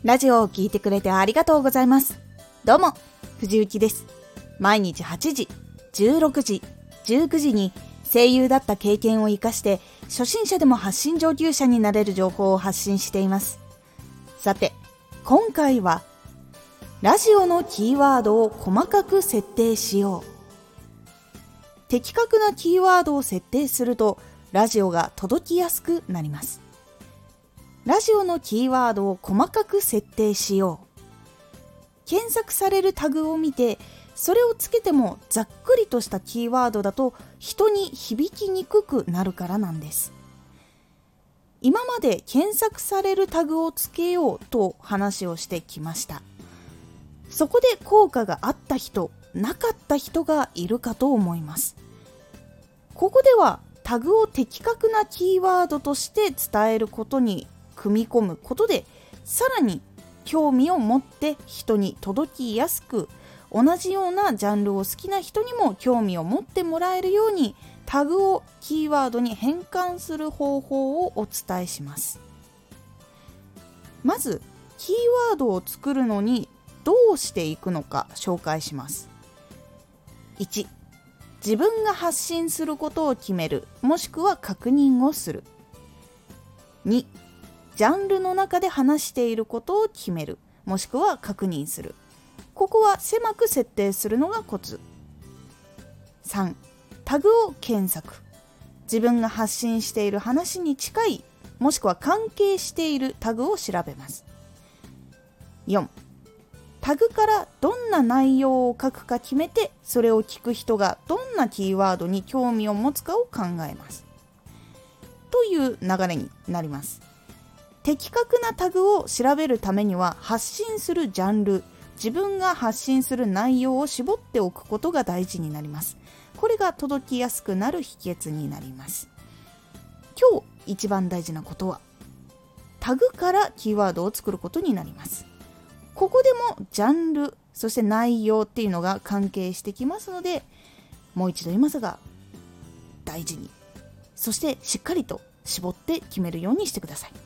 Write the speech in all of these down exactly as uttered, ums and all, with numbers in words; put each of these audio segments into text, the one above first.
ラジオを聞いてくれてありがとうございます。どうも、藤幸です。毎日はちじ、じゅうろくじ、じゅうくじに声優だった経験を生かして初心者でも発信上級者になれる情報を発信しています。さて、今回はラジオのキーワードを細かく設定しよう。的確なキーワードを設定するとラジオが届きやすくなります。ラジオのキーワードを細かく設定しよう。検索されるタグを見て、それをつけてもざっくりとしたキーワードだと人に響きにくくなるからなんです。今まで検索されるタグをつけようと話をしてきました。そこで効果があった人、なかった人がいるかと思います。ここではタグを的確なキーワードとして伝えることに組み込むことで、さらに興味を持って人に届きやすく、同じようなジャンルを好きな人にも興味を持ってもらえるようにタグをキーワードに変換する方法をお伝えします。まずキーワードを作るのにどうしていくのか紹介します。いち、自分が発信することを決める、もしくは確認をする。に、ジャンルの中で話していることを決める、もしくは確認する。ここは狭く設定するのがコツ。さん、タグを検索。自分が発信している話に近い、もしくは関係しているタグを調べます。よん、タグからどんな内容を書くか決めて、それを聞く人がどんなキーワードに興味を持つかを考えます。という流れになります。的確なタグを調べるためには、発信するジャンル、自分が発信する内容を絞っておくことが大事になります。これが届きやすくなる秘訣になります。今日一番大事なことは、タグからキーワードを作ることになります。ここでもジャンル、そして内容っていうのが関係してきますので、もう一度言いますが、大事に、そしてしっかりと絞って決めるようにしてください。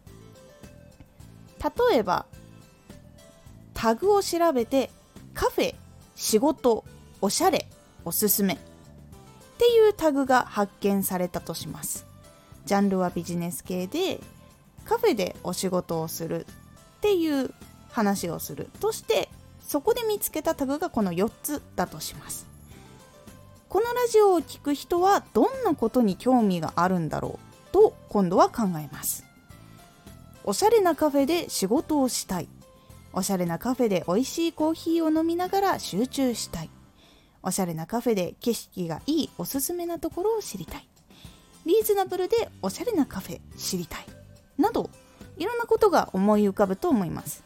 例えばタグを調べて、カフェ、仕事、おしゃれ、おすすめっていうタグが発見されたとします。ジャンルはビジネス系で、カフェでお仕事をするっていう話をするとして、そこで見つけたタグがこのよっつだとします。このラジオを聞く人はどんなことに興味があるんだろうと今度は考えます。おしゃれなカフェで仕事をしたい。おしゃれなカフェで美味しいコーヒーを飲みながら集中したい。おしゃれなカフェで景色がいいおすすめなところを知りたい。リーズナブルでおしゃれなカフェ知りたい。など、いろんなことが思い浮かぶと思います。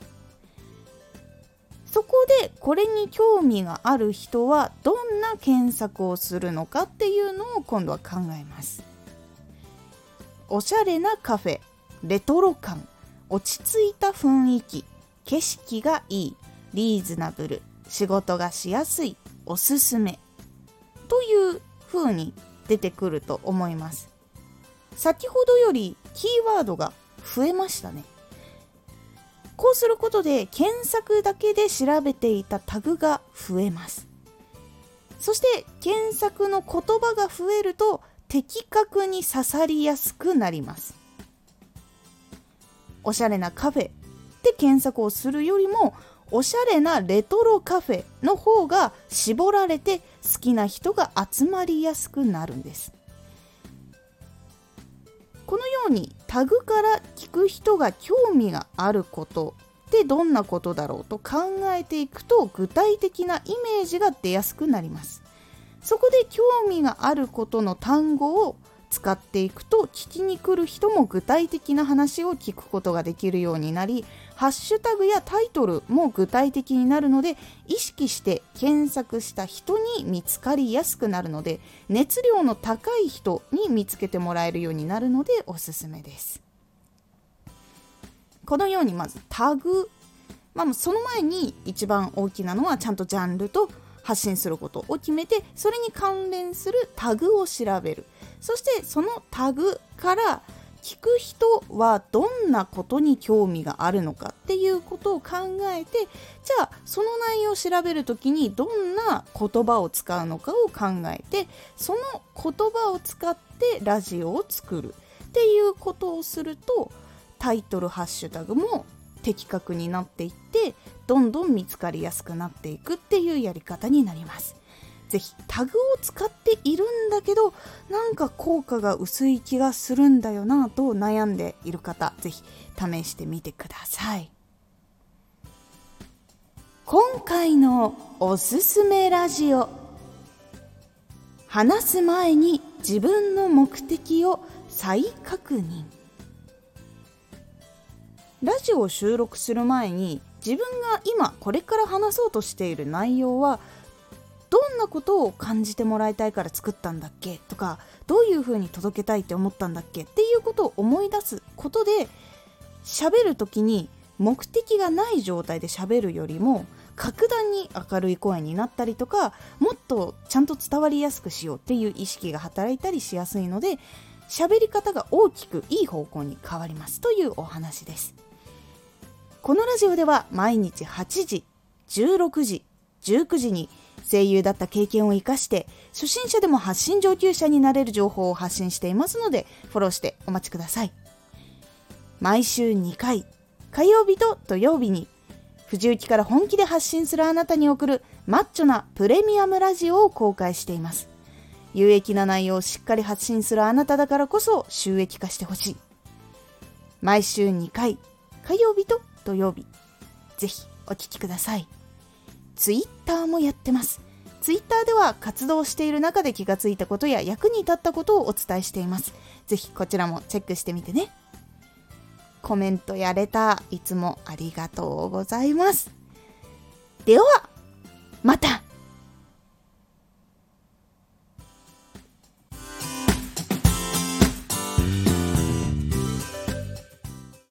そこでこれに興味がある人はどんな検索をするのかっていうのを今度は考えます。おしゃれなカフェ、レトロ感、落ち着いた雰囲気、景色がいい、リーズナブル、仕事がしやすい、おすすめという風に出てくると思います。先ほどよりキーワードが増えましたね。こうすることで検索だけで調べていたタグが増えます。そして検索の言葉が増えると的確に刺さりやすくなります。おしゃれなカフェで検索をするよりも、おしゃれなレトロカフェの方が絞られて好きな人が集まりやすくなるんです。このようにタグから聞く人が興味があることってどんなことだろうと考えていくと、具体的なイメージが出やすくなります。そこで興味があることの単語を使っていくと、聞きに来る人も具体的な話を聞くことができるようになり、ハッシュタグやタイトルも具体的になるので、意識して検索した人に見つかりやすくなるので、熱量の高い人に見つけてもらえるようになるのでおすすめです。このようにまずタグ、まあ、その前に一番大きなのはちゃんとジャンルと発信することを決めて、それに関連するタグを調べる。そしてそのタグから聞く人はどんなことに興味があるのかっていうことを考えて、じゃあその内容を調べるときにどんな言葉を使うのかを考えて、その言葉を使ってラジオを作るっていうことをすると、タイトルハッシュタグも的確になっていって、どんどん見つかりやすくなっていくっていうやり方になります。ぜひタグを使っているんだけど、なんか効果が薄い気がするんだよなと悩んでいる方、ぜひ試してみてください。今回のおすすめラジオ、話す前に自分の目的を再確認。ラジオを収録する前に、自分が今これから話そうとしている内容はどんなことを感じてもらいたいから作ったんだっけとか、どういう風に届けたいって思ったんだっけっていうことを思い出すことで、喋るときに目的がない状態で喋るよりも格段に明るい声になったりとか、もっとちゃんと伝わりやすくしようっていう意識が働いたりしやすいので、喋り方が大きくいい方向に変わりますというお話です。このラジオでは毎日はちじ、じゅうろくじ、じゅうくじに声優だった経験を生かして初心者でも発信上級者になれる情報を発信していますので、フォローしてお待ちください。毎週にかい、火曜日と土曜日に藤雪から本気で発信するあなたに送るマッチョなプレミアムラジオを公開しています。有益な内容をしっかり発信するあなただからこそ収益化してほしい。毎週にかい、火曜日と土曜日、ぜひお聞きください。ツイッターもやってます。ツイッターでは活動している中で気がついたことや役に立ったことをお伝えしています。ぜひこちらもチェックしてみてね。コメントやレターいつもありがとうございます。ではまた。